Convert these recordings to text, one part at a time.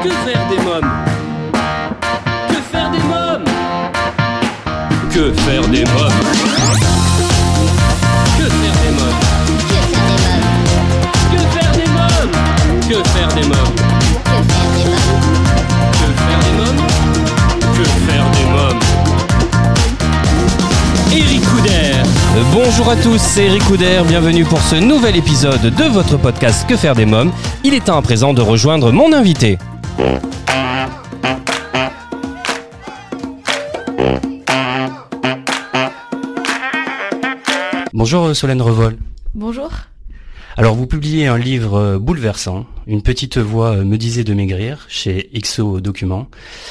Que faire des mômes? Que faire des mômes? Que faire des mômes? Que faire des mômes? Que faire des mômes? Que faire des mômes? Que faire des mômes? Que faire des mômes? Eric Couder. Bonjour à tous, c'est Eric Couder, bienvenue pour ce nouvel épisode de votre podcast Que faire des mômes. Il est temps à présent de rejoindre mon invité. Bonjour Solène Revol. Bonjour. Alors vous publiez un livre bouleversant, Une petite voix me disait de maigrir, chez XO Documents,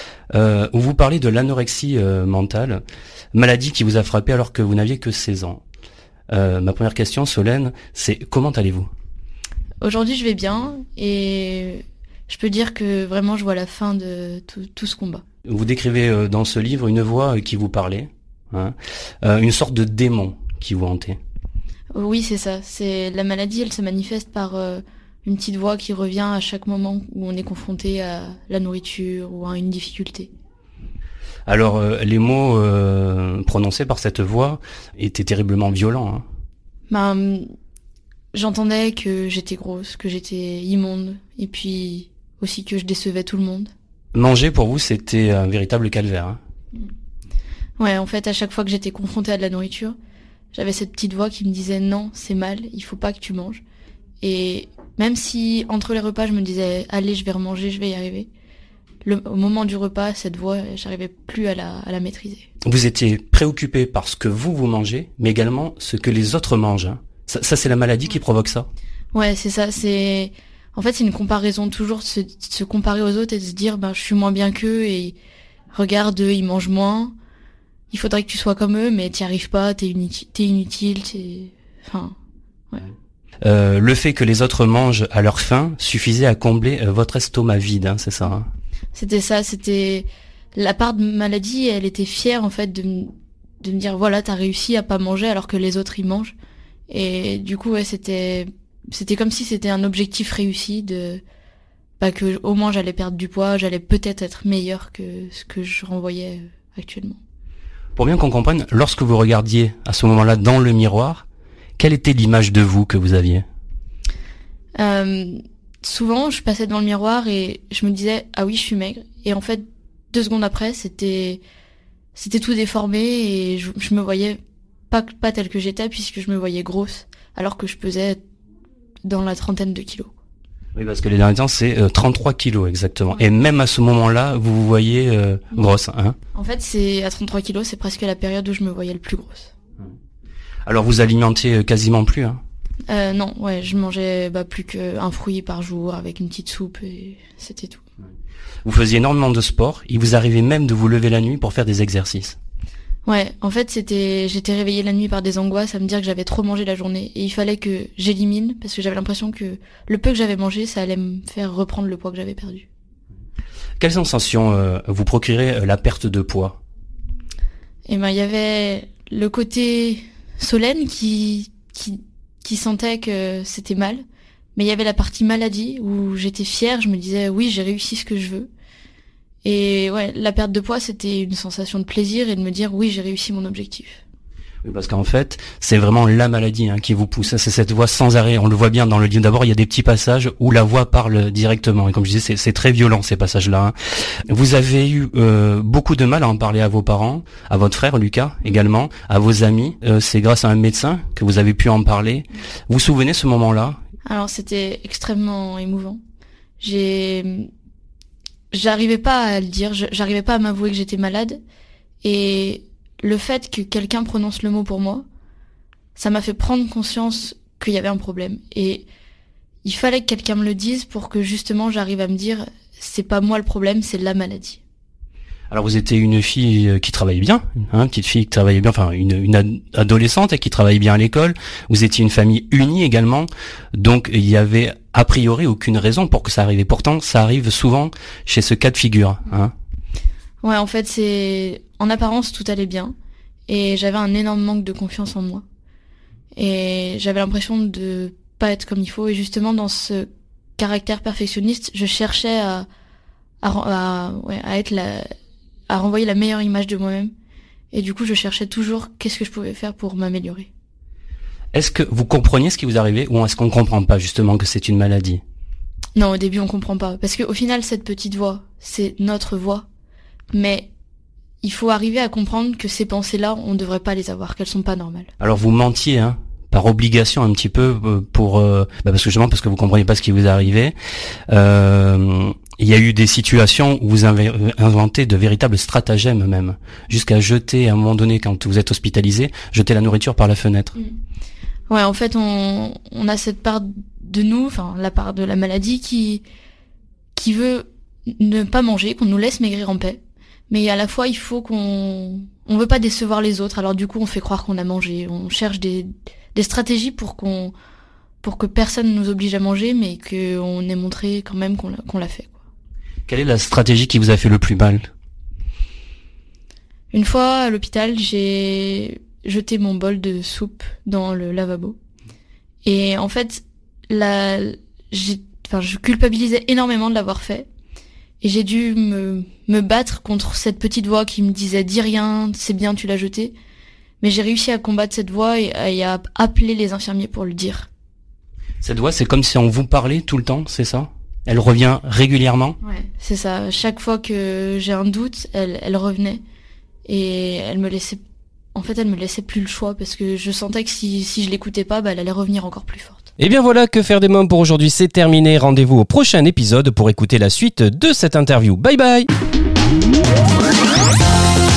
où vous parlez de l'anorexie mentale, maladie qui vous a frappé alors que vous n'aviez que 16 ans. Ma première question, Solène, c'est comment allez-vous ? Aujourd'hui, je vais bien et je peux dire que vraiment, je vois la fin de tout ce combat. Vous décrivez dans ce livre une voix qui vous parlait, hein, une sorte de démon qui vous hantait. Oui, c'est ça. C'est la maladie, elle se manifeste par une petite voix qui revient à chaque moment où on est confronté à la nourriture ou à une difficulté. Alors, les mots prononcés par cette voix étaient terriblement violents. Hein. J'entendais que j'étais grosse, que j'étais immonde, et puis aussi que je décevais tout le monde. Manger, pour vous, c'était un véritable calvaire. Hein. Ouais, en fait, à chaque fois que j'étais confrontée à de la nourriture, j'avais cette petite voix qui me disait « Non, c'est mal, il faut pas que tu manges ». Et même si, entre les repas, je me disais « Allez, je vais remanger, je vais y arriver », au moment du repas, cette voix, j'arrivais plus à la maîtriser. Vous étiez préoccupé par ce que vous mangez, mais également ce que les autres mangent. Hein. Ça, c'est la maladie qui provoque ça. Ouais, c'est ça. En fait, c'est une comparaison, toujours de se comparer aux autres et de se dire, je suis moins bien qu'eux et regarde, eux, ils mangent moins. Il faudrait que tu sois comme eux, mais t'y arrives pas, t'es inutile, Enfin, ouais. Le fait que les autres mangent à leur faim suffisait à combler votre estomac vide, hein, c'est ça. Hein. C'était ça, c'était la part de maladie, elle était fière en fait de me dire voilà, t'as réussi à pas manger alors que les autres ils mangent. Et du coup ouais, c'était comme si c'était un objectif réussi de que au moins j'allais perdre du poids, j'allais peut-être être meilleure que ce que je renvoyais actuellement. Pour bien qu'on comprenne, lorsque vous regardiez à ce moment-là dans le miroir, quelle était l'image de vous que vous aviez ? Souvent, je passais devant le miroir et je me disais « Ah oui, je suis maigre ». Et en fait, 2 secondes après, c'était tout déformé et je me voyais pas telle que j'étais puisque je me voyais grosse, alors que je pesais dans la 30aine de kilos. Oui, parce que les derniers temps, c'est 33 kilos exactement. Ouais. Et même à ce moment-là, vous vous voyez grosse. Hein. En fait, c'est à 33 kilos, c'est presque la période où je me voyais le plus grosse. Alors vous alimentiez quasiment plus, hein? Non, ouais, je mangeais plus qu'un fruit par jour avec une petite soupe et c'était tout. Vous faisiez énormément de sport, il vous arrivait même de vous lever la nuit pour faire des exercices. Ouais, en fait, j'étais réveillée la nuit par des angoisses à me dire que j'avais trop mangé la journée et il fallait que j'élimine parce que j'avais l'impression que le peu que j'avais mangé, ça allait me faire reprendre le poids que j'avais perdu. Quelle sensation vous procurait la perte de poids ? Eh il y avait le côté Solène qui sentait que c'était mal, mais il y avait la partie maladie où j'étais fière, je me disais oui, j'ai réussi ce que je veux. Et ouais, la perte de poids, c'était une sensation de plaisir et de me dire oui, j'ai réussi mon objectif. Oui, parce qu'en fait, c'est vraiment la maladie qui vous pousse. C'est cette voix sans arrêt. On le voit bien dans le livre. D'abord, il y a des petits passages où la voix parle directement. Et comme je disais, c'est très violent ces passages-là. Vous avez eu beaucoup de mal à en parler à vos parents, à votre frère Lucas également, à vos amis. C'est grâce à un médecin que vous avez pu en parler. Vous vous souvenez ce moment-là ? Alors, c'était extrêmement émouvant. J'arrivais pas à le dire. J'arrivais pas à m'avouer que j'étais malade. Et le fait que quelqu'un prononce le mot pour moi, ça m'a fait prendre conscience qu'il y avait un problème. Et il fallait que quelqu'un me le dise pour que justement j'arrive à me dire c'est pas moi le problème, c'est la maladie. Alors vous étiez une fille qui travaillait bien, une petite fille qui travaillait bien, enfin une adolescente qui travaillait bien à l'école. Vous étiez une famille unie également, donc il y avait a priori aucune raison pour que ça arrive. Et pourtant, ça arrive souvent chez ce cas de figure. Ouais, en fait, en apparence tout allait bien, et j'avais un énorme manque de confiance en moi, et j'avais l'impression de pas être comme il faut. Et justement, dans ce caractère perfectionniste, je cherchais à renvoyer la meilleure image de moi-même. Et du coup, je cherchais toujours qu'est-ce que je pouvais faire pour m'améliorer. Est-ce que vous compreniez ce qui vous arrivait ou est-ce qu'on comprend pas justement que c'est une maladie? Non, au début, on comprend pas. Parce qu'au final, cette petite voix, c'est notre voix. Mais il faut arriver à comprendre que ces pensées-là, on ne devrait pas les avoir, qu'elles sont pas normales. Alors vous mentiez, hein, par obligation un petit peu parce que vous comprenez pas ce qui vous arrivait. Il y a eu des situations où vous avez inventé de véritables stratagèmes même, jusqu'à jeter à un moment donné, quand vous êtes hospitalisé, jeter la nourriture par la fenêtre. Ouais, en fait, on a cette part de nous, enfin la part de la maladie qui veut ne pas manger, qu'on nous laisse maigrir en paix. Mais à la fois, il faut on veut pas décevoir les autres. Alors du coup, on fait croire qu'on a mangé. On cherche des stratégies pour que personne nous oblige à manger, mais qu'on ait montré quand même qu'on l'a fait, quoi. Quelle est la stratégie qui vous a fait le plus mal? Une fois à l'hôpital, j'ai jeté mon bol de soupe dans le lavabo. Et en fait, je culpabilisais énormément de l'avoir fait. Et j'ai dû me battre contre cette petite voix qui me disait « Dis rien, c'est bien, tu l'as jeté ». Mais j'ai réussi à combattre cette voix et à appeler les infirmiers pour le dire. Cette voix, c'est comme si on vous parlait tout le temps, c'est ça? Elle revient régulièrement? Ouais, c'est ça. Chaque fois que j'ai un doute, elle revenait. Et elle me laissait plus le choix parce que je sentais que si je l'écoutais pas, elle allait revenir encore plus forte. Et bien voilà, Que faire des mômes pour aujourd'hui, c'est terminé. Rendez-vous au prochain épisode pour écouter la suite de cette interview. Bye bye!